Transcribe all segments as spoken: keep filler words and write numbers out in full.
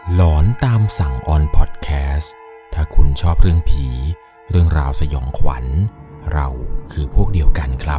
หลอนตามสั่งออนพอดแคสต์ถ้าคุณชอบเรื่องผีเรื่องราวสยองขวัญเราคือพวกเดียวกันครับ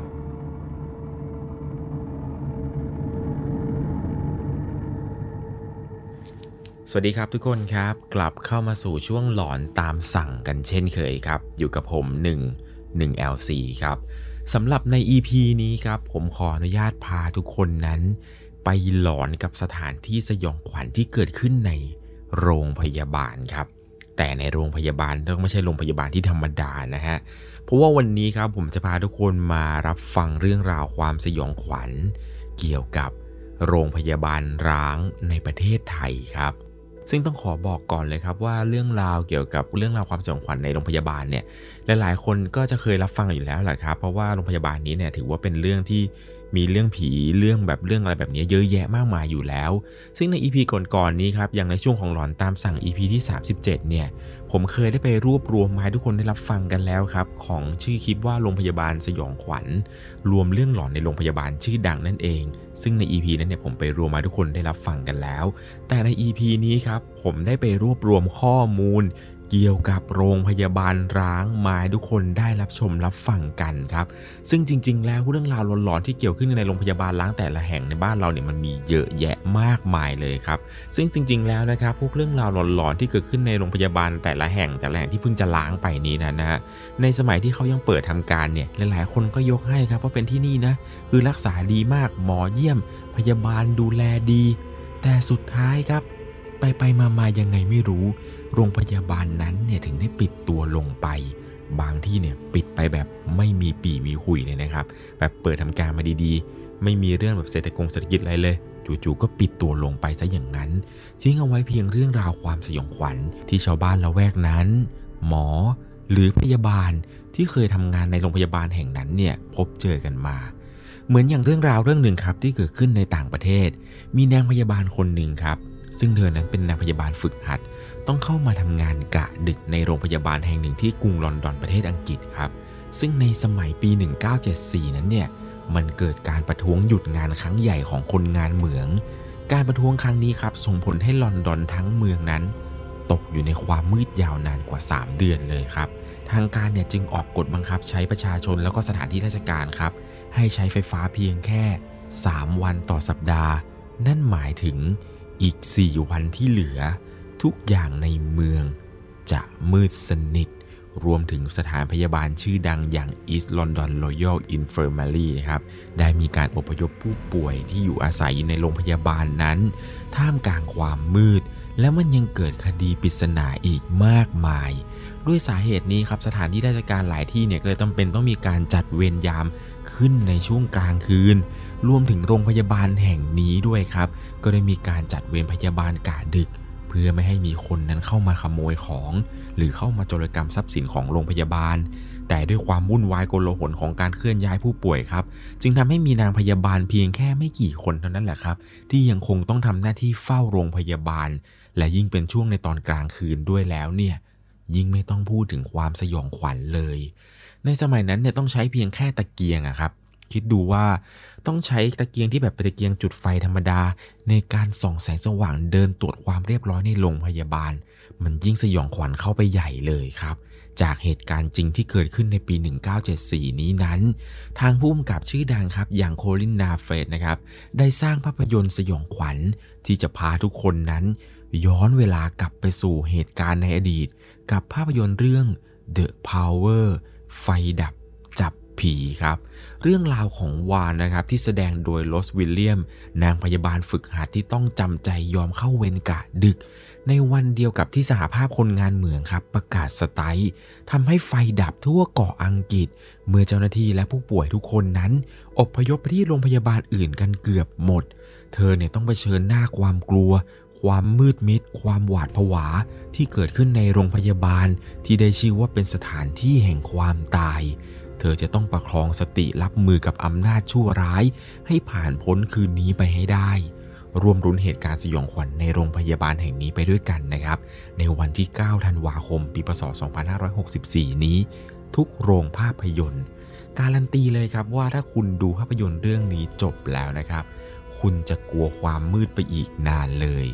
สวัสดีครับทุกคนครับกลับเข้ามาสู่ช่วงหลอนตามสั่งกันเช่นเคยครับอยู่กับผมหนึ่ง หนึ่ง แอล ซี ครับสำหรับใน อี พี นี้ครับผมขออนุญาตพาทุกคนนั้นไปหลอนกับสถานที่สยองขวัญที่เกิดขึ้นในโรงพยาบาลครับแต่ในโรงพยาบาลต้องไม่ใช่โรงพยาบาลที่ธรรมดานะฮะเพราะว่าวันนี้ครับผมจะพาทุกคนมารับฟังเรื่องราวความสยองขวัญเกี่ยวกับโรงพยาบาลร้างในประเทศไทยครับซึ่งต้องขอบอกก่อนเลยครับว่าเรื่องราวเกี่ยวกับเรื่องราวความสยองขวัญในโรงพยาบาลเนี่ยหลายๆคนก็จะเคยรับฟังอยู่แล้วแหละครับเพราะว่าโรงพยาบาลนี้เนี่ยถือว่าเป็นเรื่องที่มีเรื่องผีเรื่องแบบเรื่องอะไรแบบนี้เยอะแยะมากมายอยู่แล้วซึ่งใน อี พี ก่อนๆนี้ครับอย่างในช่วงของหลอนตามสั่ง อี พี ที่สามสิบเจ็ดเนี่ยผมเคยได้ไปรวบรวมมาให้ทุกคนได้รับฟังกันแล้วครับของชื่อคลิปว่าโรงพยาบาลสยองขวัญรวมเรื่องหลอนในโรงพยาบาลชื่อดังนั่นเองซึ่งใน อี พี นั้นเนี่ยผมไปรวมมาทุกคนได้รับฟังกันแล้วแต่ใน อี พี นี้ครับผมได้ไปรวบรวมข้อมูลเกี่ยวกับโรงพยาบาลร้างมาให้ทุกคนได้รับชมรับฟังกันครับซึ่งจริงๆแล้วเรื่องราวหลอนๆที่เกี่ยวขึ้นในโรงพยาบาลร้างแต่ละแห่งในบ้านเราเนี่ยมันมีเยอะแยะมากมายเลยครับซึ่งจริงๆแล้วนะครับพวกเรื่องราวหลอนๆที่เกิดขึ้นในโรงพยาบาลแต่ละแห่งแต่ละแห่งที่เพิ่งจะล้างไปนี้นะนะฮะในสมัยที่เขายังเปิดทำการเนี่ยหลายๆคนก็ยกให้ครับว่าเป็นที่นี่นะคือรักษาดีมากหมอเยี่ยมพยาบาลดูแลดีแต่สุดท้ายครับไปไปมามายังไงไม่รู้โรงพยาบาลนั้นเนี่ยถึงได้ปิดตัวลงไปบางที่เนี่ยปิดไปแบบไม่มีปีมีขุยเลยนะครับแบบเปิดทำการมาดีๆไม่มีเรื่องแบบเศรษฐกงเศรษฐกิจอะไรเลยจู่ๆก็ปิดตัวลงไปซะอย่างนั้นทิ้งเอาไว้เพียงเรื่องราวความสยองขวัญที่ชาวบ้านละแวกนั้นหมอหรือพยาบาลที่เคยทำงานในโรงพยาบาลแห่งนั้นเนี่ยพบเจอกันมาเหมือนอย่างเรื่องราวเรื่องหนึ่งครับที่เกิดขึ้นในต่างประเทศมีนางพยาบาลคนหนึ่งครับซึ่งเธอนั้นเป็นนางพยาบาลฝึกหัดต้องเข้ามาทำงานกะดึกในโรงพยาบาลแห่งหนึ่งที่กรุงลอนดอนประเทศอังกฤษครับซึ่งในสมัยปีหนึ่งเก้าเจ็ดสี่นั้นเนี่ยมันเกิดการประท้วงหยุดงานครั้งใหญ่ของคนงานเหมืองการประท้วงครั้งนี้ครับส่งผลให้ลอนดอนทั้งเมืองนั้นตกอยู่ในความมืดยาวนานกว่าสามเดือนเลยครับทางการเนี่ยจึงออกกฎบังคับใช้ประชาชนแล้วก็สถานที่ราชการครับให้ใช้ไฟฟ้าเพียงแค่สามวันต่อสัปดาห์นั่นหมายถึงอีกสี่วันที่เหลือทุกอย่างในเมืองจะมืดสนิทรวมถึงสถานพยาบาลชื่อดังอย่าง East London Royal Infirmary นะครับได้มีการอพยพผู้ป่วยที่อยู่อาศัยในโรงพยาบาลนั้นท่ามกลางความมืดและมันยังเกิดคดีปริศนาอีกมากมายด้วยสาเหตุนี้ครับสถานที่ราชการหลายที่เนี่ยก็เลยต้องเป็นต้องมีการจัดเวรยามขึ้นในช่วงกลางคืนรวมถึงโรงพยาบาลแห่งนี้ด้วยครับก็ได้มีการจัดเวรพยาบาลกะดึกเพื่อไม่ให้มีคนนั้นเข้ามาขโมยของหรือเข้ามาโจรกรรมทรัพย์สินของโรงพยาบาลแต่ด้วยความวุ่นวายโกลาหลของการเคลื่อนย้ายผู้ป่วยครับจึงทำให้มีนางพยาบาลเพียงแค่ไม่กี่คนเท่านั้นแหละครับที่ยังคงต้องทำหน้าที่เฝ้าโรงพยาบาลและยิ่งเป็นช่วงในตอนกลางคืนด้วยแล้วเนี่ยยิ่งไม่ต้องพูดถึงความสยองขวัญเลยในสมัยนั้นเนี่ยต้องใช้เพียงแค่ตะเกียงอะครับคิดดูว่าต้องใช้ตะเกียงที่แบบเป็นตะเกียงจุดไฟธรรมดาในการส่องแสงสว่างเดินตรวจความเรียบร้อยในโรงพยาบาลมันยิ่งสยองขวัญเข้าไปใหญ่เลยครับจากเหตุการณ์จริงที่เกิดขึ้นในปีหนึ่งเก้าเจ็ดสี่นี้นั้นทางผู้กำกับชื่อดังครับอย่างโคลินนาเฟตนะครับได้สร้างภาพยนตร์สยองขวัญที่จะพาทุกคนนั้นย้อนเวลากลับไปสู่เหตุการณ์ในอดีตกับภาพยนตร์เรื่อง The Power ไฟดับจับผีครับเรื่องราวของวานนะครับที่แสดงโดยโรสวิลเลียมนางพยาบาลฝึกหัดที่ต้องจำใจยอมเข้าเวรกะดึกในวันเดียวกับที่สหภาพคนงานเหมืองครับประกาศสไตร์ทำให้ไฟดับทั่วเกาะอังกฤษเมื่อเจ้าหน้าที่และผู้ป่วยทุกคนนั้นอพยพไปที่โรงพยาบาลอื่นกันเกือบหมดเธอเนี่ยต้องเผชิญหน้าความกลัวความมืดมิดความหวาดผวาที่เกิดขึ้นในโรงพยาบาลที่ได้ชื่อว่าเป็นสถานที่แห่งความตายเธอจะต้องประคองสติรับมือกับอำนาจชั่วร้ายให้ผ่านพ้นคืนนี้ไปให้ได้รวมรุ้นเหตุการณ์สยองขวัญในโรงพยาบาลแห่งนี้ไปด้วยกันนะครับในวันที่เก้าธันวาคมปีพ.ศ. สองพันห้าร้อยหกสิบสี่นี้ทุกโรงภาพยนตร์การันตีเลยครับว่าถ้าคุณดูภาพยนตร์เรื่องนี้จบแล้วนะครับคุณจะกลัวความมืดไปอีกนานเลย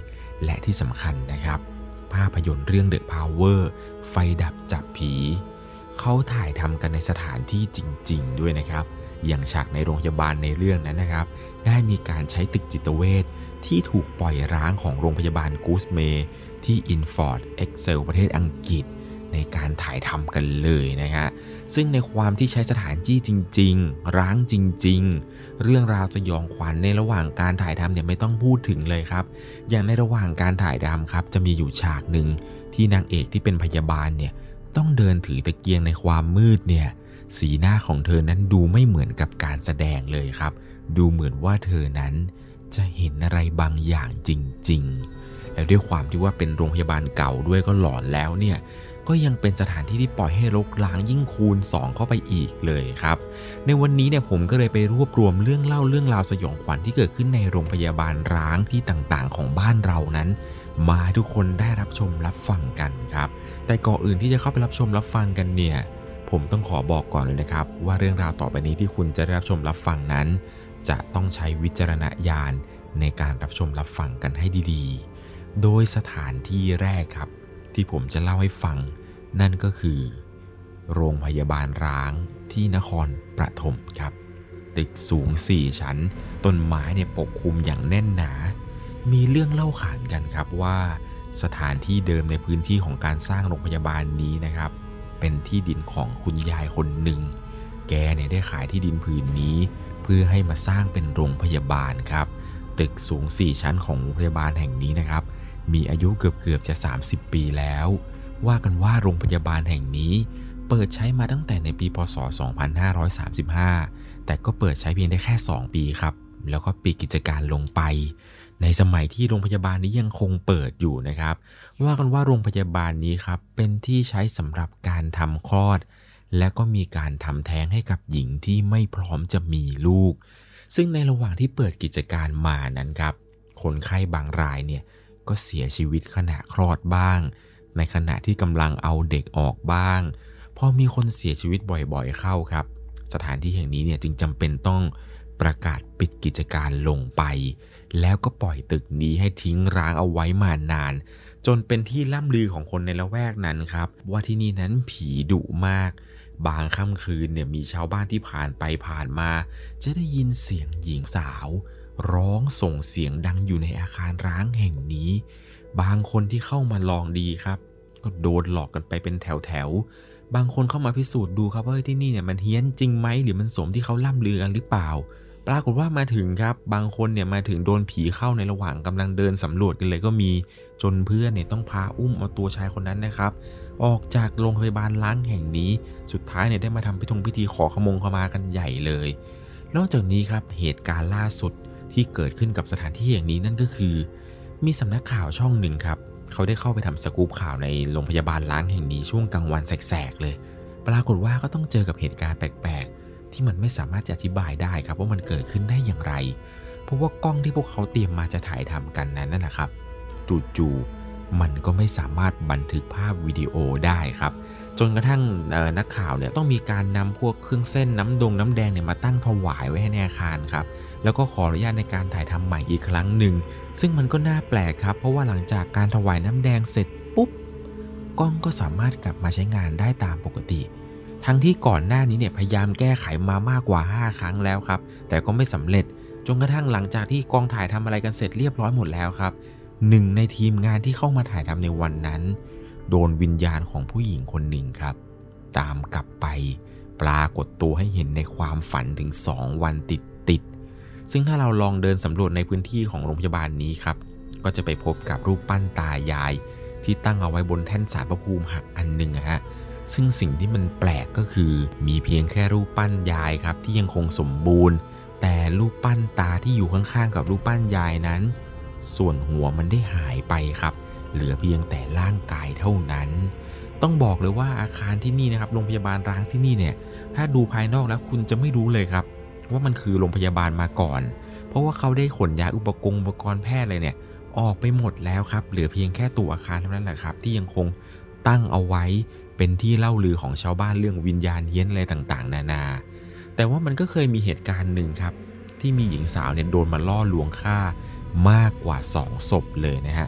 และที่สำคัญนะครับภาพยนตร์เรื่อง The Power ไฟดับจับผีเขาถ่ายทำกันในสถานที่จริงๆด้วยนะครับอย่างฉากในโรงพยาบาลในเรื่องนั้นนะครับได้มีการใช้ตึกจิตเวชที่ถูกปล่อยร้างของโรงพยาบาลกูสเมย์ที่อินฟอร์ดเอ็กเซลประเทศอังกฤษในการถ่ายทำกันเลยนะฮะซึ่งในความที่ใช้สถานที่จริงๆร้างจริงๆเรื่องราวสยองขวัญในระหว่างการถ่ายทำเนี่ยไม่ต้องพูดถึงเลยครับอย่างในระหว่างการถ่ายทำครับจะมีอยู่ฉากหนึ่งที่นางเอกที่เป็นพยาบาลเนี่ยต้องเดินถือตะเกียงในความมืดเนี่ยสีหน้าของเธอนั้นดูไม่เหมือนกับการแสดงเลยครับดูเหมือนว่าเธอนั้นจะเห็นอะไรบางอย่างจริงๆแล้วด้วยความที่ว่าเป็นโรงพยาบาลเก่าด้วยก็หลอนแล้วเนี่ยก็ยังเป็นสถานที่ที่ปล่อยให้รกร้างยิ่งคูณสองเข้าไปอีกเลยครับในวันนี้เนี่ยผมก็เลยไปรวบรวมเรื่องเล่าเรื่องราวสยองขวัญที่เกิดขึ้นในโรงพยาบาลร้างที่ต่างๆของบ้านเรานั้นมาให้ทุกคนได้รับชมรับฟังกันครับแต่ก่อนอื่นที่จะเข้าไปรับชมรับฟังกันเนี่ยผมต้องขอบอกก่อนเลยนะครับว่าเรื่องราวต่อไปนี้ที่คุณจะได้รับชมรับฟังนั้นจะต้องใช้วิจารณญาณในการรับชมรับฟังกันให้ดีๆโดยสถานที่แรกครับที่ผมจะเล่าให้ฟังนั่นก็คือโรงพยาบาลร้างที่นครปฐมครับตึกสูงสี่ชั้นต้นไม้เนี่ยปกคลุมอย่างแน่นหนามีเรื่องเล่าขานกันครับว่าสถานที่เดิมในพื้นที่ของการสร้างโรงพยาบาลนี้นะครับเป็นที่ดินของคุณยายคนหนึ่งแกเนี่ยได้ขายที่ดินผืนนี้เพื่อให้มาสร้างเป็นโรงพยาบาลครับตึกสูงสี่ชั้นของโรงพยาบาลแห่งนี้นะครับมีอายุเกือบๆจะสามสิบปีแล้วว่ากันว่าโรงพยาบาลแห่งนี้เปิดใช้มาตั้งแต่ในปีพ.ศ. สองพันห้าร้อยสามสิบห้าแต่ก็เปิดใช้เพียงได้แค่สองปีครับแล้วก็ปิดกิจการลงไปในสมัยที่โรงพยาบาลนี้ยังคงเปิดอยู่นะครับว่ากันว่าโรงพยาบาลนี้ครับเป็นที่ใช้สำหรับการทำคลอดและก็มีการทำแท้งให้กับหญิงที่ไม่พร้อมจะมีลูกซึ่งในระหว่างที่เปิดกิจการมานั้นครับคนไข้บางรายเนี่ยก็เสียชีวิตขณะคลอดบ้างในขณะที่กำลังเอาเด็กออกบ้างพอมีคนเสียชีวิตบ่อยๆเข้าครับสถานที่แห่งนี้เนี่ยจึงจำเป็นต้องประกาศปิดกิจการลงไปแล้วก็ปล่อยตึกนี้ให้ทิ้งร้างเอาไว้มานานจนเป็นที่ล่ำลือของคนในละแวกนั้นครับว่าที่นี่นั้นผีดุมากบางค่ำคืนเนี่ยมีชาวบ้านที่ผ่านไปผ่านมาจะได้ยินเสียงหญิงสาวร้องส่งเสียงดังอยู่ในอาคารร้างแห่งนี้บางคนที่เข้ามาลองดีครับก็โดนหลอกกันไปเป็นแถวๆบางคนเข้ามาพิสูจน์ดูครับว่าที่นี่เนี่ยมันเฮี้ยนจริงไหมหรือมันสมที่เขาล่ำลือกันหรือเปล่าปรากฏว่ามาถึงครับบางคนเนี่ยมาถึงโดนผีเข้าในระหว่างกำลังเดินสำรวจกันเลยก็มีจนเพื่อนเนี่ยต้องพาอุ้มเอาตัวชายคนนั้นนะครับออกจากโรงพยาบาลล้างแห่งนี้สุดท้ายเนี่ยได้มาทำพิธีพิธีขอขมงขมากันใหญ่เลยนอกจากนี้ครับเหตุการณ์ล่าสุดที่เกิดขึ้นกับสถานที่แห่งนี้นั่นก็คือมีสำนักข่าวช่องหนึ่งครับเขาได้เข้าไปทำสกู๊ปข่าวในโรงพยาบาลล้างแห่งนี้ช่วงกลางวันแสกๆเลยปรากฏว่าก็ต้องเจอกับเหตุการณ์แปลกๆที่มันไม่สามารถจะอธิบายได้ครับว่ามันเกิดขึ้นได้อย่างไรเพราะว่ากล้องที่พวกเขาเตรียมมาจะถ่ายทำกันนั้นนั่นแหละครับจู่ๆมันก็ไม่สามารถบันทึกภาพวิดีโอได้ครับจนกระทั่งนักข่าวเนี่ยต้องมีการนำพวกเครื่องเส้นน้ำดงน้ำแดงเนี่ยมาตั้งถวายไว้ให้ในอาคารครับแล้วก็ขออนุญาตในการถ่ายทำใหม่อีกครั้งหนึ่งซึ่งมันก็น่าแปลกครับเพราะว่าหลังจากการถวายน้ำแดงเสร็จปุ๊บกล้องก็สามารถกลับมาใช้งานได้ตามปกติทั้งที่ก่อนหน้านี้เนี่ยพยายามแก้ไขมามากกว่าห้าครั้งแล้วครับแต่ก็ไม่สำเร็จจนกระทั่งหลังจากที่กองถ่ายทำอะไรกันเสร็จเรียบร้อยหมดแล้วครับหนึ่งในทีมงานที่เข้ามาถ่ายทำในวันนั้นโดนวิญญาณของผู้หญิงคนหนึ่งครับตามกลับไปปรากฏตัวให้เห็นในความฝันถึงสองวันติดติดซึ่งถ้าเราลองเดินสำรวจในพื้นที่ของโรงพยาบาลนี้ครับก็จะไปพบกับรูปปั้นตายายที่ตั้งเอาไว้บนแท่นศาลพระภูมิหักอันหนึ่งฮะซึ่งสิ่งที่มันแปลกก็คือมีเพียงแค่รูปปั้นยายครับที่ยังคงสมบูรณ์แต่รูปปั้นตาที่อยู่ข้างๆกับรูปปั้นยายนั้นส่วนหัวมันได้หายไปครับเหลือเพียงแต่ร่างกายเท่านั้นต้องบอกเลยว่าอาคารที่นี่นะครับโรงพยาบาลร้างที่นี่เนี่ยถ้าดูภายนอกแล้วคุณจะไม่รู้เลยครับว่ามันคือโรงพยาบาลมาก่อนเพราะว่าเขาได้ขนย้ายอุปกรณ์อุปกรณ์แพทย์เลยเนี่ยออกไปหมดแล้วครับเหลือเพียงแค่ตัวอาคารเท่านั้นแหละครับที่ยังคงตั้งเอาไว้เป็นที่เล่าลือของชาวบ้านเรื่องวิญญาณเฮี้ยนอะไรต่างๆนานาแต่ว่ามันก็เคยมีเหตุการณ์หนึ่งครับที่มีหญิงสาวเนี่ยโดนมาล่อลวงฆ่ามากกว่าสองศพเลยนะฮะ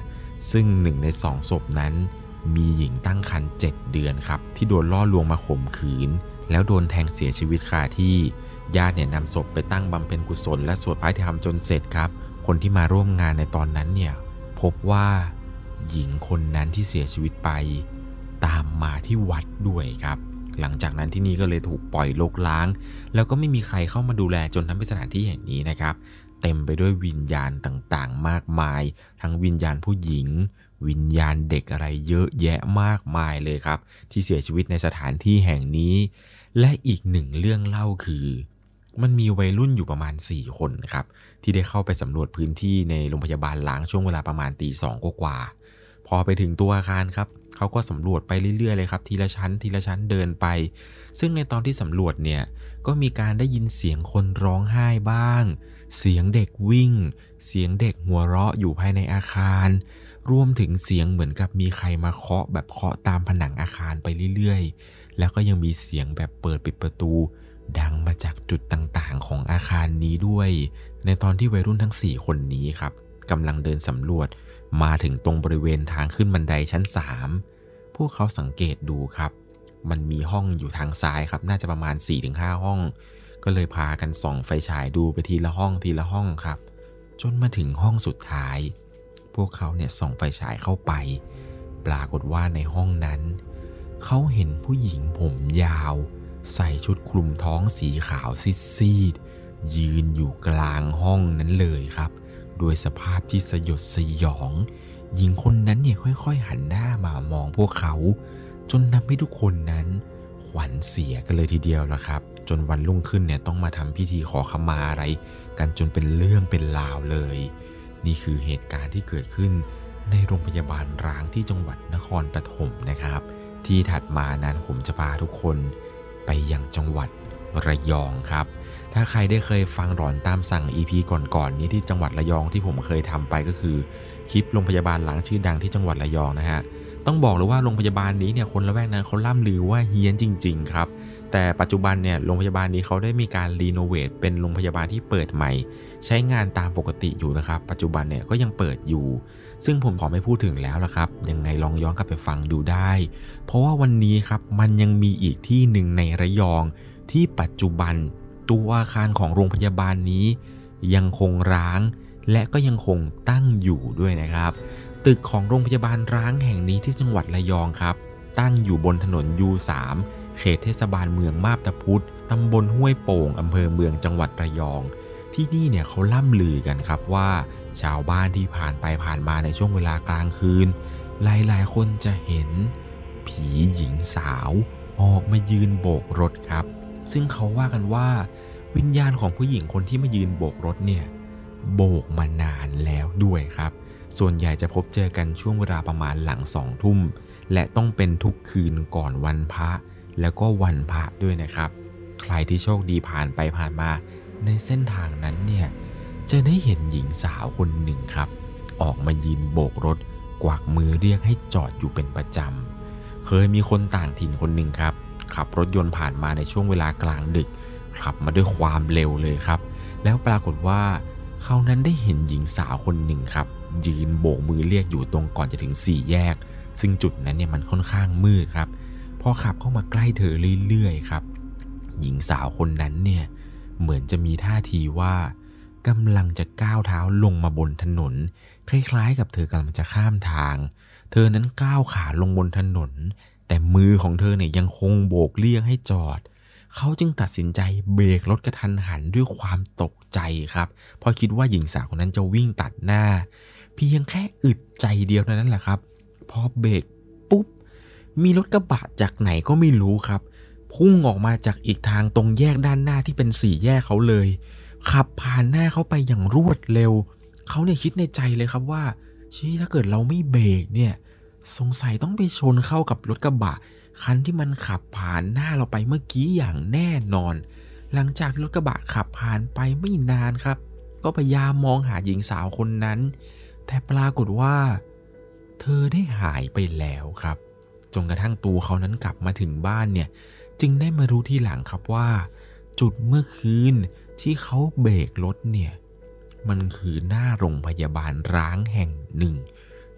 ซึ่งหนึ่งในสองศพนั้นมีหญิงตั้งครรภ์เจ็ดเดือนครับที่โดนล่อลวงมาข่มขืนแล้วโดนแทงเสียชีวิตคาที่ญาติเนี่ยนำศพไปตั้งบำเพ็ญกุศลและสวดพระอภิธรรมจนเสร็จครับคนที่มาร่วมงานในตอนนั้นเนี่ยพบว่าหญิงคนนั้นที่เสียชีวิตไปตามมาที่วัดด้วยครับหลังจากนั้นที่นี่ก็เลยถูกปล่อยรกร้างแล้วก็ไม่มีใครเข้ามาดูแลจนทำให้สถานที่แห่งนี้นะครับเต็มไปด้วยวิญญาณต่างๆมากมายทั้งวิญญาณผู้หญิงวิญญาณเด็กอะไรเยอะแยะมากมายเลยครับที่เสียชีวิตในสถานที่แห่งนี้และอีกหนึ่งเรื่องเล่าคือมันมีวัยรุ่นอยู่ประมาณสี่คนครับที่ได้เข้าไปสำรวจพื้นที่ในโรงพยาบาลล้างช่วงเวลาประมาณตีสองกว่าพอไปถึงตัวอาคารครับเขาก็สำรวจไปเรื่อยๆเลยครับทีละชั้นทีละชั้นเดินไปซึ่งในตอนที่สำรวจเนี่ยก็มีการได้ยินเสียงคนร้องไห้บ้างเสียงเด็กวิ่งเสียงเด็กหัวเราะอยู่ภายในอาคารรวมถึงเสียงเหมือนกับมีใครมาเคาะแบบเคาะตามผนังอาคารไปเรื่อยๆแล้วก็ยังมีเสียงแบบเปิดปิดประตูดังมาจากจุดต่างๆของอาคารนี้ด้วยในตอนที่วัยรุ่นทั้งสี่คนนี้ครับกำลังเดินสำรวจมาถึงตรงบริเวณทางขึ้นบันไดชั้นสามพวกเขาสังเกตดูครับมันมีห้องอยู่ทางซ้ายครับน่าจะประมาณ สี่ถึงห้า ห้องก็เลยพากันส่องไฟฉายดูไปทีละห้องทีละห้องครับจนมาถึงห้องสุดท้ายพวกเขาเนี่ยส่องไฟฉายเข้าไปปรากฏว่าในห้องนั้นเขาเห็นผู้หญิงผมยาวใส่ชุดคลุมท้องสีขาวซีดๆยืนอยู่กลางห้องนั้นเลยครับโดยสภาพที่สยดสยองหญิงคนนั้นเนี่ยค่อยๆหันหน้ามามองพวกเขาจนทำให้ทุกคนนั้นขวัญเสียกันเลยทีเดียวละครับจนวันรุ่งขึ้นเนี่ยต้องมาทำพิธีขอขมาอะไรกันจนเป็นเรื่องเป็นราวเลยนี่คือเหตุการณ์ที่เกิดขึ้นในโรงพยาบาลร้างที่จังหวัดนครปฐมนะครับที่ถัดมานั้นผมจะพาทุกคนไปยังจังหวัดระยองครับถ้าใครได้เคยฟังหลอนตามสั่ง อี พี ก่อนๆ นี้ที่จังหวัดระยองที่ผมเคยทำไปก็คือคลิปโรงพยาบาลล้างชื่อดังที่จังหวัดระยองนะฮะต้องบอกเลยว่าโรงพยาบาลนี้เนี่ยคนละแวกนั้นเขาล่ำลือว่าเฮี้ยนจริงๆครับแต่ปัจจุบันเนี่ยโรงพยาบาลนี้เขาได้มีการรีโนเวทเป็นโรงพยาบาลที่เปิดใหม่ใช้งานตามปกติอยู่นะครับปัจจุบันเนี่ยก็ยังเปิดอยู่ซึ่งผมขอไม่พูดถึงแล้วละครับยังไงลองย้อนกลับไปฟังดูได้เพราะว่าวันนี้ครับมันยังมีอีกที่หนึ่งในระยองที่ปัจจุบันตัวอาคารของโรงพยาบาลนี้ยังคงร้างและก็ยังคงตั้งอยู่ด้วยนะครับตึกของโรงพยาบาลร้างแห่งนี้ที่จังหวัดระยองครับตั้งอยู่บนถนน ยู สาม เขตเทศบาลเมืองมาบตาพุธตำบลห้วยโป่งอำเภอเมืองจังหวัดระยองที่นี่เนี่ยเขาล่ำลือกันครับว่าชาวบ้านที่ผ่านไปผ่านมาในช่วงเวลากลางคืนหลายๆคนจะเห็นผีหญิงสาวออกมายืนโบกรถครับซึ่งเขาว่ากันว่าวิญญาณของผู้หญิงคนที่มายืนโบกรถเนี่ยโบกมานานแล้วด้วยครับส่วนใหญ่จะพบเจอกันช่วงเวลาประมาณหลังสองทุ่มและต้องเป็นทุกคืนก่อนวันพระแล้วก็วันพระด้วยนะครับใครที่โชคดีผ่านไปผ่านมาในเส้นทางนั้นเนี่ยจะได้เห็นหญิงสาวคนหนึ่งครับออกมายืนโบกรถกวักมือเรียกให้จอดอยู่เป็นประจำเคยมีคนต่างถิ่นคนหนึ่งครับขับรถยนต์ผ่านมาในช่วงเวลากลางดึกขับมาด้วยความเร็วเลยครับแล้วปรากฏว่าเขานั้นได้เห็นหญิงสาวคนหนึ่งครับยืนโบกมือเรียกอยู่ตรงก่อนจะถึงสี่แยกซึ่งจุดนั้นเนี่ยมันค่อนข้างมืดครับพอขับเข้ามาใกล้เธอเรื่อยๆครับหญิงสาวคนนั้นเนี่ยเหมือนจะมีท่าทีว่ากำลังจะก้าวเท้าลงมาบนถนนคล้ายๆกับเธอกำลังจะข้ามทางเธอนั้นก้าวขาลงบนถนนแต่มือของเธอเนี่ยยังคงโบกเรียกให้จอดเขาจึงตัดสินใจเบรกรถกระทันหันด้วยความตกใจครับเพราะคิดว่าหญิงสาวคนนั้นจะวิ่งตัดหน้าเพียงแค่อึดใจเดียวเท่านั้นแหละครับพอเบรกปุ๊บมีรถกระบะจากไหนก็ไม่รู้ครับพุ่งออกมาจากอีกทางตรงแยกด้านหน้าที่เป็นสี่แยกเขาเลยขับผ่านหน้าเขาไปอย่างรวดเร็วเขาเนี่ยคิดในใจเลยครับว่าชี้ถ้าเกิดเราไม่เบรกเนี่ยสงสัยต้องไปชนเข้ากับรถกระบะคันที่มันขับผ่านหน้าเราไปเมื่อกี้อย่างแน่นอนหลังจากรถกระบะขับผ่านไปไม่นานครับก็พยายามมองหาหญิงสาวคนนั้นแต่ปรากฏว่าเธอได้หายไปแล้วครับจนกระทั่งตัวเขานั้นกลับมาถึงบ้านเนี่ยจึงได้มารู้ทีหลังครับว่าจุดเมื่อคืนที่เขาเบรกรถเนี่ยมันคือหน้าโรงพยาบาลร้างแห่งหนึ่ง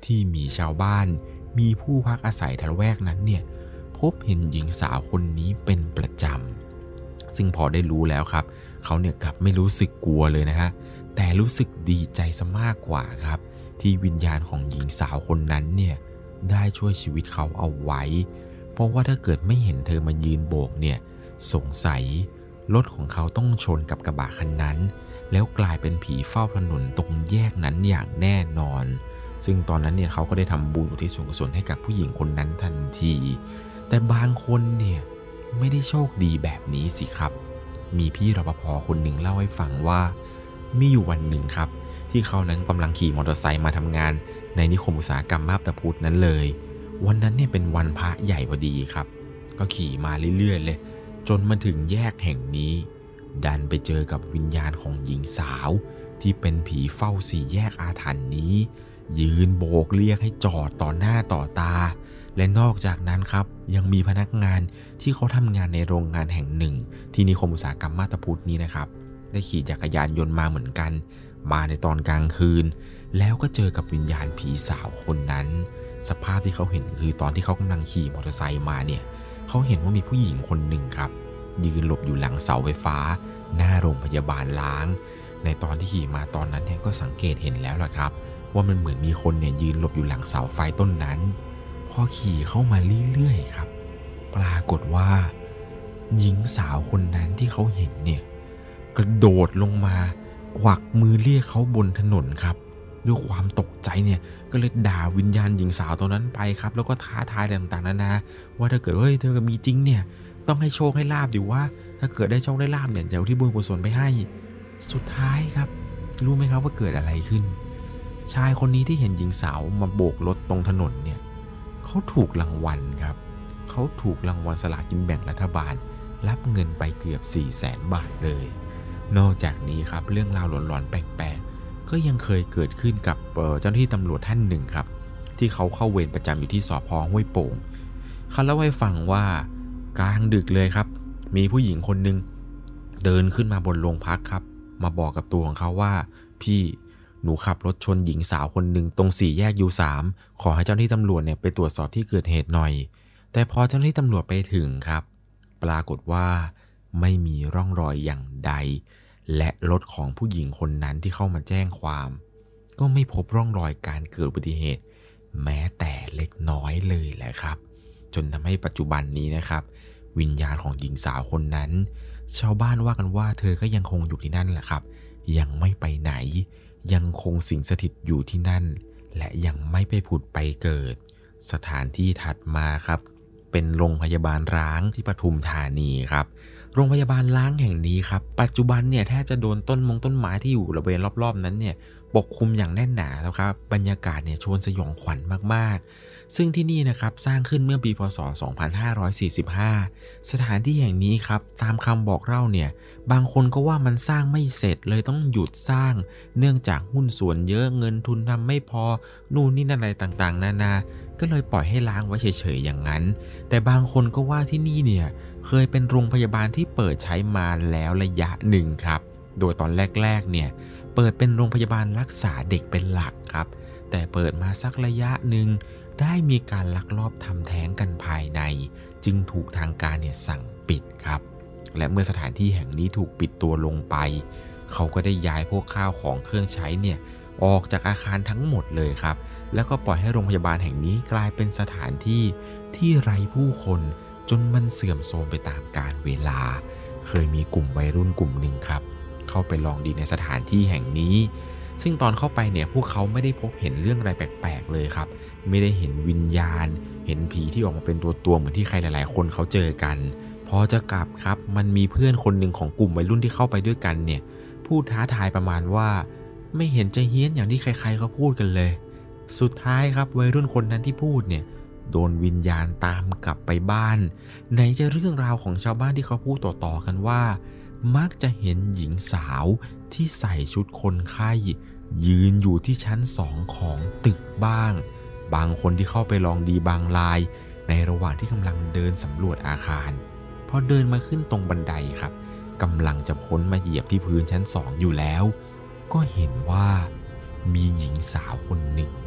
ที่มีชาวบ้านมีผู้พักอาศัยละแวกนั้นเนี่ยพบเห็นหญิงสาวคนนี้เป็นประจำซึ่งพอได้รู้แล้วครับเขาเนี่ยกลับไม่รู้สึกกลัวเลยนะฮะแต่รู้สึกดีใจซะมากกว่าครับที่วิญญาณของหญิงสาวคนนั้นเนี่ยได้ช่วยชีวิตเขาเอาไว้เพราะว่าถ้าเกิดไม่เห็นเธอมายืนโบกเนี่ยสงสัยรถของเขาต้องชนกับกระบะคันนั้นแล้วกลายเป็นผีเฝ้าถนนตรงแยกนั้นอย่างแน่นอนซึ่งตอนนั้นเนี่ยเขาก็ได้ทำบุญอุทิศส่วนกุศลให้กับผู้หญิงคนนั้นทันทีแต่บางคนเนี่ยไม่ได้โชคดีแบบนี้สิครับมีพี่รปภ.คนหนึ่งเล่าให้ฟังว่ามีอยู่วันหนึ่งครับที่เขานั้นกำลังขี่มอเตอร์ไซค์มาทำงานในนิคมอุตสาหกรรมมาบตาพุธนั้นเลยวันนั้นเนี่ยเป็นวันพระใหญ่พอดีครับก็ขี่มาเรื่อยๆเลยจนมาถึงแยกแห่งนี้ดันไปเจอกับวิญญาณของหญิงสาวที่เป็นผีเฝ้าสี่แยกอาถรรพ์นี้ยืนโบกเรียกให้จอดต่อหน้าต่อตาและนอกจากนั้นครับยังมีพนักงานที่เขาทำงานในโรงงานแห่งหนึ่งที่นิคมอุตสาหกรรมมาบตาพุธนี้นะครับได้ขี่จักรยานยนต์มาเหมือนกันมาในตอนกลางคืนแล้วก็เจอกับวิญญาณผีสาวคนนั้นสภาพที่เขาเห็นคือตอนที่เขากำลังขี่มอเตอร์ไซค์มาเนี่ยเขาเห็นว่ามีผู้หญิงคนหนึ่งครับยืนหลบอยู่หลังเสาไฟฟ้าหน้าโรงพยาบาลล้างในตอนที่ขี่มาตอนนั้นเนี่ยก็สังเกตเห็นแล้วล่ะครับว่ามันเหมือนมีคนเนี่ยยืนหลบอยู่หลังเสาไฟต้นนั้นพอขี่เข้ามาเรื่อยๆครับปรากฏว่าหญิงสาวคนนั้นที่เขาเห็นเนี่ยกระโดดลงมากวักมือเรียกเขาบนถนนครับด้วยความตกใจเนี่ยก็เลยด่าวิญญาณหญิงสาวตัวนั้นไปครับแล้วก็ท้าทายต่างๆนานาว่าถ้าเกิดเฮ้ยเธอมีจริงเนี่ยต้องให้โชคให้ลาภดิว่าถ้าเกิดได้โชคได้ลาภเนี่ยจะเอาที่บุญกุศลไปให้สุดท้ายครับรู้ไหมครับว่าเกิดอะไรขึ้นชายคนนี้ที่เห็นหญิงสาวมาโบกรถตรงถนนเนี่ยเขาถูกรางวัลครับเขาถูกรางวัลสลากกินแบ่งรัฐบาลรับเงินไปเกือบ สี่แสน บาทเลยนอกจากนี้ครับเรื่องราวหลอนๆแปลกๆก็ยังเคยเกิดขึ้นกับเจ้าหน้าที่ตำรวจท่านหนึ่งครับที่เขาเข้าเวรประจำอยู่ที่สภ.ห้วยโป่งเขาเล่าให้ฟังว่ากลางดึกเลยครับมีผู้หญิงคนหนึ่งเดินขึ้นมาบนโรงพักครับมาบอกกับตัวของเขาว่าพี่หนูขับรถชนหญิงสาวคนหนึ่งตรงสี่แยกยูสามขอให้เจ้าหน้าที่ตำรวจเนี่ยไปตรวจสอบที่เกิดเหตุหน่อยแต่พอเจ้าหน้าที่ตำรวจไปถึงครับปรากฏว่าไม่มีร่องรอยอย่างใดและรถของผู้หญิงคนนั้นที่เข้ามาแจ้งความก็ไม่พบร่องรอยการเกิดอุบัติเหตุแม้แต่เล็กน้อยเลยแหละครับจนทำให้ปัจจุบันนี้นะครับวิญญาณของหญิงสาวคนนั้นชาวบ้านว่ากันว่าเธอก็ยังคงอยู่ที่นั่นแหละครับยังไม่ไปไหนยังคงสิงสถิตอยู่ที่นั่นและยังไม่ไปผุดไปเกิดสถานที่ถัดมาครับเป็นโรงพยาบาลร้างที่ปทุมธานีครับโรงพยาบาลร้างแห่งนี้ครับปัจจุบันเนี่ยแทบจะโดนต้นมงต้นไม้ที่อยู่บริเวณรอบๆนั้นเนี่ยปกคลุมอย่างแน่นหนาแล้วครับบรรยากาศเนี่ยชวนสยองขวัญมากๆซึ่งที่นี่นะครับสร้างขึ้นเมื่อปีพ.ศ. สองพันห้าร้อยสี่สิบห้าสถานที่แห่งนี้ครับตามคำบอกเล่าเนี่ยบางคนก็ว่ามันสร้างไม่เสร็จเลยต้องหยุดสร้างเนื่องจากหุ้นส่วนเยอะเงินทุนทำไม่พอนู่นนี่นั่นอะไรต่างๆนานาก็เลยปล่อยให้ล้างไว้เฉยๆอย่างนั้นแต่บางคนก็ว่าที่นี่เนี่ยเคยเป็นโรงพยาบาลที่เปิดใช้มาแล้วระยะหนึ่งครับโดยตอนแรกๆเนี่ยเปิดเป็นโรงพยาบาลรักษาเด็กเป็นหลักครับแต่เปิดมาสักระยะหนึ่งได้มีการลักลอบทำแท้งกันภายในจึงถูกทางการเนี่ยสั่งปิดครับและเมื่อสถานที่แห่งนี้ถูกปิดตัวลงไปเขาก็ได้ย้ายพวกข้าวของเครื่องใช้เนี่ยออกจากอาคารทั้งหมดเลยครับแล้วก็ปล่อยให้โรงพยาบาลแห่งนี้กลายเป็นสถานที่ที่ไร้ผู้คนจนมันเสื่อมโทรมไปตามกาลเวลาเคยมีกลุ่มวัยรุ่นกลุ่มหนึ่งครับเข้าไปลองดีในสถานที่แห่งนี้ซึ่งตอนเข้าไปเนี่ยพวกเขาไม่ได้พบเห็นเรื่องอะไรแปลกๆเลยครับไม่ได้เห็นวิญญาณเห็นผีที่ออกมาเป็นตัวตัวเหมือนที่ใครหลายๆคนเขาเจอกันพอจะกลับครับมันมีเพื่อนคนหนึ่งของกลุ่มวัยรุ่นที่เข้าไปด้วยกันเนี่ยพูดท้าทายประมาณว่าไม่เห็นจะเฮี้ยนอย่างที่ใครๆเขาพูดกันเลยสุดท้ายครับวัยรุ่นคนนั้นที่พูดเนี่ยโดนวิญญาณตามกลับไปบ้านไหนจะเรื่องราวของชาวบ้านที่เขาพูดต่อๆกันว่ามักจะเห็นหญิงสาวที่ใส่ชุดคนไข้ยืนอยู่ที่ชั้นสองของตึกบ้างบางคนที่เข้าไปลองดีบางรายในระหว่างที่กำลังเดินสำรวจอาคารพอเดินมาขึ้นตรงบันไดครับกำลังจะพ้นมาเหยียบที่พื้นชั้นสองอยู่แล้วก็เห็นว่ามีหญิงสาวคนหนึ่ง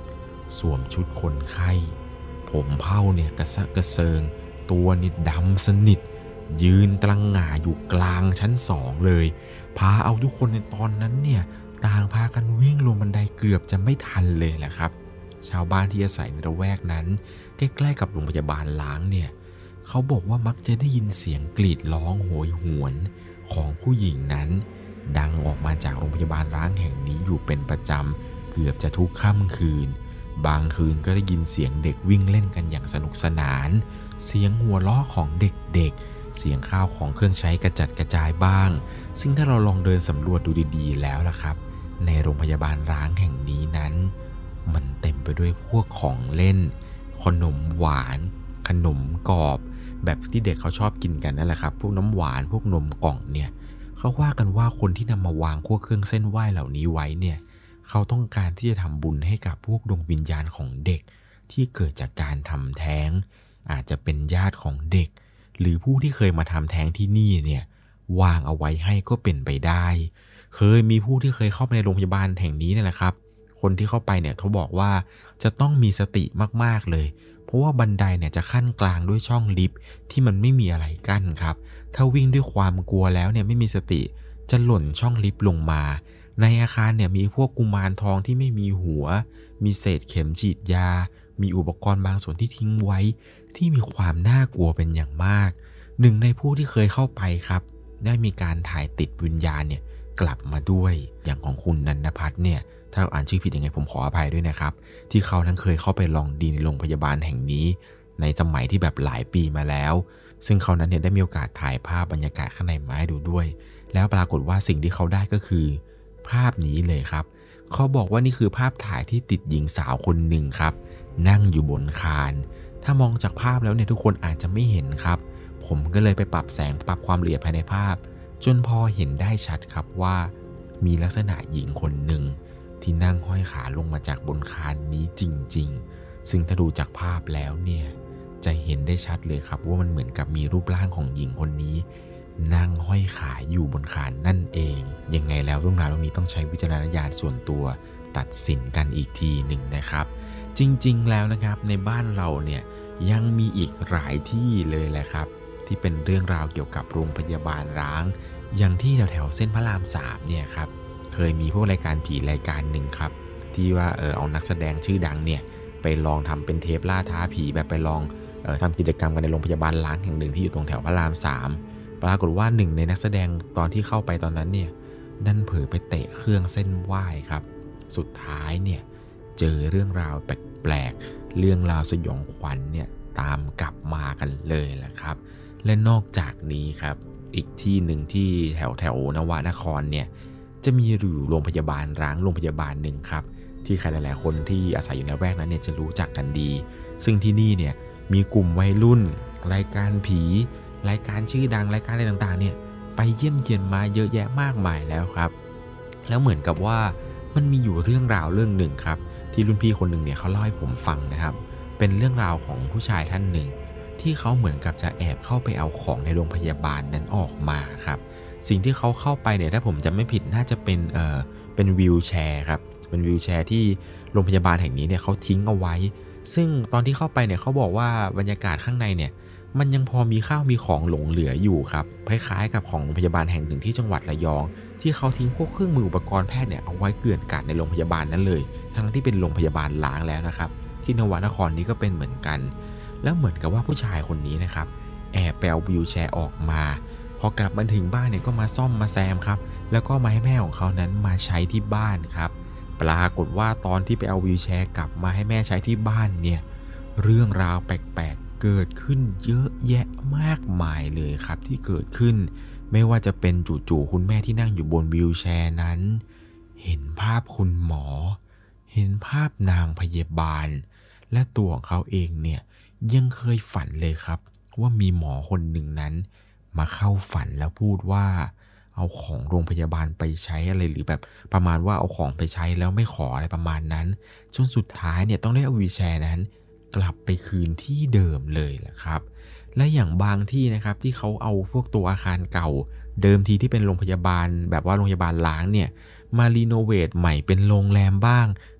สวมชุดคนไข้ผมเผ้าเนี่ยกระสะกระเซิงตัวนี่ดำสนิทยืนตระหง่าอยู่กลางชั้นสองเลยพาเอาทุกคนในตอนนั้นเนี่ยต่างพากันวิ่งลงบันไดเกือบจะไม่ทันเลยแหละครับชาวบ้านที่อาศัยในละแวกนั้นใกล้ๆกับโรงพยาบาลล้างเนี่ยเขาบอกว่ามักจะได้ยินเสียงกรีดร้องโหยหวนของผู้หญิงนั้นดังออกมาจากโรงพยาบาลร้างแห่งนี้อยู่เป็นประจำเกือบจะทุกค่ำคืนบางคืนก็ได้ยินเสียงเด็กวิ่งเล่นกันอย่างสนุกสนานเสียงหัวเราะของเด็กๆเสียงข้าวของเครื่องใช้กระจัดกระจายบ้างซึ่งถ้าเราลองเดินสำรวจดูดีๆแล้วล่ะครับในโรงพยาบาลร้างแห่งนี้นั้นมันเต็มไปด้วยพวกของเล่นขนมหวานขนมกรอบแบบที่เด็กเขาชอบกินกันนั่นแหละครับพวกน้ำหวานพวกนมกล่องเนี่ยเขาว่ากันว่าคนที่นำมาวางพวกเครื่องเส้นไหว้เหล่านี้ไว้เนี่ยเขาต้องการที่จะทำบุญให้กับพวกดวงวิญญาณของเด็กที่เกิดจากการทำแท้งอาจจะเป็นญาติของเด็กหรือผู้ที่เคยมาทำแท้งที่นี่เนี่ยวางเอาไว้ให้ก็เป็นไปได้เคยมีผู้ที่เคยเข้าไปในโรงพยาบาลแห่งนี้นี่แหละครับคนที่เข้าไปเนี่ยเขาบอกว่าจะต้องมีสติมากๆเลยเพราะว่าบันไดเนี่ยจะขั้นกลางด้วยช่องลิฟต์ที่มันไม่มีอะไรกั้นครับถ้าวิ่งด้วยความกลัวแล้วเนี่ยไม่มีสติจะหล่นช่องลิฟต์ลงมาในอาคารเนี่ยมีพวกกุมารทองที่ไม่มีหัวมีเศษเข็มฉีดยามีอุปกรณ์บางส่วนที่ทิ้งไว้ที่มีความน่ากลัวเป็นอย่างมากหนึ่งในผู้ที่เคยเข้าไปครับได้มีการถ่ายติดวิญญาณเนี่ยกลับมาด้วยอย่างของคุณนันทพัฒน์เนี่ยถ้าอ่านชื่อผิดยังไงผมขออภัยด้วยนะครับที่เขาทั้งเคยเข้าไปลองดีในโรงพยาบาลแห่งนี้ในสมัยที่แบบหลายปีมาแล้วซึ่งเขานั้นเนี่ยได้มีโอกาสถ่ายภาพบรรยากาศข้างในมาให้ดูด้วยแล้วปรากฏว่าสิ่งที่เขาได้ก็คือภาพนี้เลยครับเขาบอกว่านี่คือภาพถ่ายที่ติดหญิงสาวคนหนึ่งครับนั่งอยู่บนคานถ้ามองจากภาพแล้วเนี่ยทุกคนอาจจะไม่เห็นครับผมก็เลยไปปรับแสงปรับความละเอียดภายในภาพจนพอเห็นได้ชัดครับว่ามีลักษณะหญิงคนหนึ่งที่นั่งห้อยขาลงมาจากบนคานนี้จริงๆซึ่งถ้าดูจากภาพแล้วเนี่ยจะเห็นได้ชัดเลยครับว่ามันเหมือนกับมีรูปร่างของหญิงคนนี้นั่งห้อยขาอยู่บนคานนั่นเองยังไงแล้วเรื่องราวตรงนี้ต้องใช้วิจารณญาณส่วนตัวตัดสินกันอีกทีหนึ่งนะครับจริงๆแล้วนะครับในบ้านเราเนี่ยยังมีอีกหลายที่เลยแหละครับที่เป็นเรื่องราวเกี่ยวกับโรงพยาบาลร้างอย่างที่แถวๆเส้นพระรามสามเนี่ยครับเคยมีพวกรายการผีรายการหนึ่งครับที่ว่าเออเอานักแสดงชื่อดังเนี่ยไปลองทำเป็นเทปล่าท้าผีแบบไปลองเออทำกิจกรรมกันในโรงพยาบาลร้างแห่งหนึ่งที่อยู่ตรงแถวพระรามสามปรากฏว่าหนึ่งในนักแสดงตอนที่เข้าไปตอนนั้นเนี่ยดันเผลอไปเตะเครื่องเส้นไหว้ครับสุดท้ายเนี่ยเจอเรื่องราวแปลกๆเรื่องราวสยองขวัญเนี่ยตามกลับมากันเลยแหละครับและนอกจากนี้ครับอีกที่หนึ่งที่แถวแถวนวนครเนี่ยจะมีอยู่โรงพยาบาลร้างโรงพยาบาลหนึ่งครับที่ใครหลายๆคนที่อาศัยอยู่ในแวกนั้นเนี่ยจะรู้จักกันดีซึ่งที่นี่เนี่ยมีกลุ่มวัยรุ่นรายการผีรายการชื่อดังรายการอะไรต่างๆเนี่ยไปเยี่ยมเยียนมาเยอะแยะมากมายแล้วครับแล้วเหมือนกับว่ามันมีอยู่เรื่องราวเรื่องหนึ่งครับที่รุ่นพี่คนหนึ่งเนี่ยเขาเล่าให้ผมฟังนะครับเป็นเรื่องราวของผู้ชายท่านหนึ่งที่เขาเหมือนกับจะแอบเข้าไปเอาของในโรงพยาบาลนั้นออกมาครับสิ่งที่เขาเข้าไปเนี่ยถ้าผมจำไม่ผิดน่าจะเป็นเอ่อเป็นวีลแชร์ครับเป็นวีลแชร์ที่โรงพยาบาลแห่งนี้เนี่ยเขาทิ้งเอาไว้ซึ่งตอนที่เข้าไปเนี่ยเขาบอกว่าบรรยากาศข้างในเนี่ยมันยังพอมีข้าวมีของหลงเหลืออยู่ครับคล้ายๆกับของโรงพยาบาลแห่งหนึ่งที่จังหวัดระยองที่เขาทิ้งพวกเครื่องมืออุปกรณ์แพทย์เนี่ยเอาไว้เกลื่อนกาดในโรงพยาบาลนั้นเลยทั้งที่เป็นโรงพยาบาลล้างแล้วนะครับที่นวนครนี้ก็เป็นเหมือนกันแล้วเหมือนกับว่าผู้ชายคนนี้นะครับแอบไปเอาวีลแชร์ออกมาพอกลับมาถึงบ้านเนี่ยก็มาซ่อมมาแซมครับแล้วก็มาให้แม่ของเขานั้นมาใช้ที่บ้านครับปรากฏว่าตอนที่ไปเอาวีลแชร์กลับมาให้แม่ใช้ที่บ้านเนี่ยเรื่องราวแปลกๆเกิดขึ้นเยอะแยะมากมายเลยครับที่เกิดขึ้นไม่ว่าจะเป็นจู่ๆคุณแม่ที่นั่งอยู่บนวีลแชร์นั้นเห็นภาพคุณหมอเห็นภาพนางพยาบาลและตัวของเขาเองเนี่ยยังเคยฝันเลยครับว่ามีหมอคนหนึ่งนั้นมาเข้าฝันแล้วพูดว่าเอาของโรงพยาบาลไปใช้อะไรหรือแบบประมาณว่าเอาของไปใช้แล้วไม่ขออะไรประมาณนั้นจนสุดท้ายเนี่ยต้องได้เอาวีลแชร์นั้นกลับไปคืนที่เดิมเลยแหละครับและอย่างบางที่นะครับที่เขาเอาพวกตัวอาคารเก่าเดิมทีที่เป็นโรงพยาบาลแบบว่าโรงพยาบาลล้างเนี่ยมารีโนเวทใหม่เป็นโรงแรมบ้าง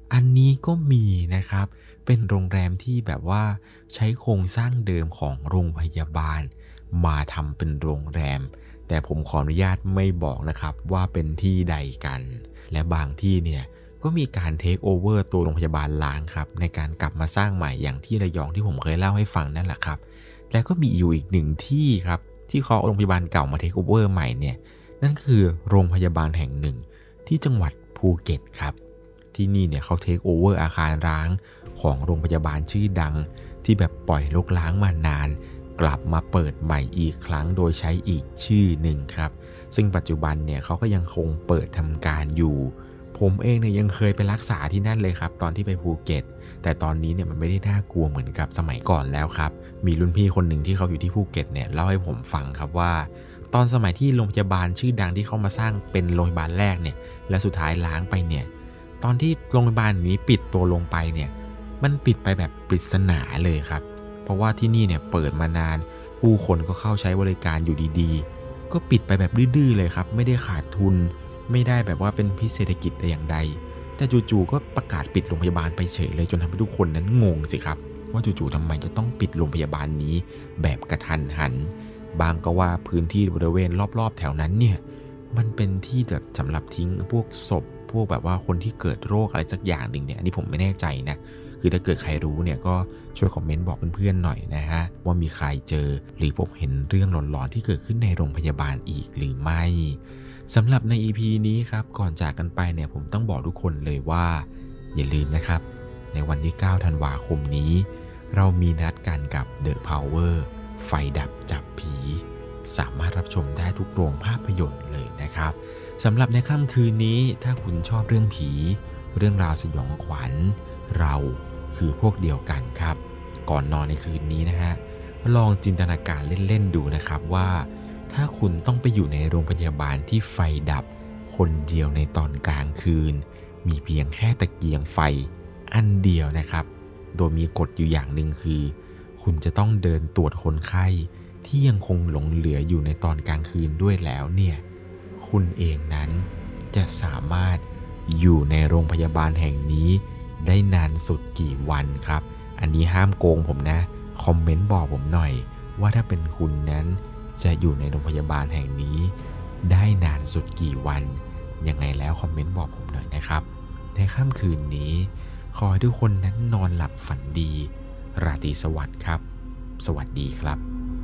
อันนี้ก็มีนะครับเป็นโรงแรมที่แบบว่าใช้โครงสร้างเดิมของโรงพยาบาลมาทำเป็นโรงแรมแต่ผมขออนุญาตไม่บอกนะครับว่าเป็นที่ใดกันและบางที่เนี่ยก็มีการเทคโอเวอร์ตัวโรงพยาบาลล้างครับในการกลับมาสร้างใหม่อย่างที่ระยองที่ผมเคยเล่าให้ฟังนั่นแหละครับและก็มีอยู่อีกหนึ่งที่ครับที่เขาเอาโรงพยาบาลเก่ามาเทคโอเวอร์ใหม่เนี่ยนั่นคือโรงพยาบาลแห่งหนึ่งที่จังหวัดภูเก็ตครับที่นี่เนี่ยเขาเทคโอเวอร์อาคารร้างของโรงพยาบาลชื่อดังที่แบบปล่อยรกร้างมานานกลับมาเปิดใหม่อีกครั้งโดยใช้อีกชื่อหนึ่งครับซึ่งปัจจุบันเนี่ยเขาก็ยังคงเปิดทำการอยู่ผมเองเนี่ยยังเคยไปรักษาที่นั่นเลยครับตอนที่ไปภูเก็ตแต่ตอนนี้เนี่ยมันไม่ได้น่ากลัวเหมือนกับสมัยก่อนแล้วครับมีรุ่นพี่คนหนึ่งที่เขาอยู่ที่ภูเก็ตเนี่ยเล่าให้ผมฟังครับว่าตอนสมัยที่โรงพยาบาลชื่อดังที่เขามาสร้างเป็นโรงพยาบาลแรกเนี่ยและสุดท้ายล้างไปเนี่ยตอนที่โรงพยาบาลนี้ปิดตัวลงไปเนี่ยมันปิดไปแบบปริศนาเลยครับเพราะว่าที่นี่เนี่ยเปิดมานานผู้คนก็เข้าใช้บริการอยู่ดีๆก็ปิดไปแบบดื้อๆเลยครับไม่ได้ขาดทุนไม่ได้แบบว่าเป็นพิษเศรษฐกิจแต่อย่างใดแต่จู่ๆก็ประกาศปิดโรงพยาบาลไปเฉยเลยจนทำให้ทุกคนนั้นงงสิครับว่าจู่ๆทำไมจะต้องปิดโรงพยาบาลนี้แบบกระทันหันบางก็ว่าพื้นที่บริเวณรอบๆแถวนั้นเนี่ยมันเป็นที่แบบสำหรับทิ้งพวกศพพวกแบบว่าคนที่เกิดโรคอะไรสักอย่างหนึ่งเนี่ยอันนี้ผมไม่แน่ใจนะคือถ้าเกิดใครรู้เนี่ยก็ช่วยคอมเมนต์บอกเพื่อนๆหน่อยนะฮะว่ามีใครเจอหรือพบเห็นเรื่องหลอนๆที่เกิดขึ้นในโรงพยาบาลอีกหรือไม่สำหรับใน อี พี นี้ครับก่อนจากกันไปเนี่ยผมต้องบอกทุกคนเลยว่าอย่าลืมนะครับในวันที่เก้าธันวาคมนี้เรามีนัดกันกับ The Power ไฟดับจับผีสามารถรับชมได้ทุกโรงภาพยนตร์เลยนะครับสำหรับในค่ำคืนนี้ถ้าคุณชอบเรื่องผีเรื่องราวสยองขวัญเราคือพวกเดียวกันครับก่อนนอนในคืนนี้นะฮะลองจินตนาการเล่นๆดูนะครับว่าถ้าคุณต้องไปอยู่ในโรงพยาบาลที่ไฟดับคนเดียวในตอนกลางคืนมีเพียงแค่ตะเกียงไฟอันเดียวนะครับโดยมีกฎอยู่อย่างหนึ่งคือคุณจะต้องเดินตรวจคนไข้ที่ยังคงหลงเหลืออยู่ในตอนกลางคืนด้วยแล้วเนี่ยคุณเองนั้นจะสามารถอยู่ในโรงพยาบาลแห่งนี้ได้นานสุดกี่วันครับอันนี้ห้ามโกงผมนะคอมเมนต์บอกผมหน่อยว่าถ้าเป็นคุณนั้นจะอยู่ในโรงพยาบาลแห่งนี้ได้นานสุดกี่วันยังไงแล้วคอมเมนต์บอกผมหน่อยนะครับในค่ำคืนนี้ขอให้ทุกคนนั้นนอนหลับฝันดีราตรีสวัสดิ์ครับสวัสดีครับ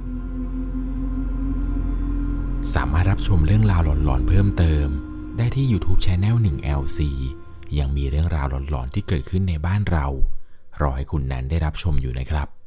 สามารถรับชมเรื่องราวหลอนๆเพิ่มเติมได้ที่ YouTube Channel หนึ่ง แอล ซี ยังมีเรื่องราวหลอนๆที่เกิดขึ้นในบ้านเรารอให้คุณนั้นได้รับชมอยู่นะครับ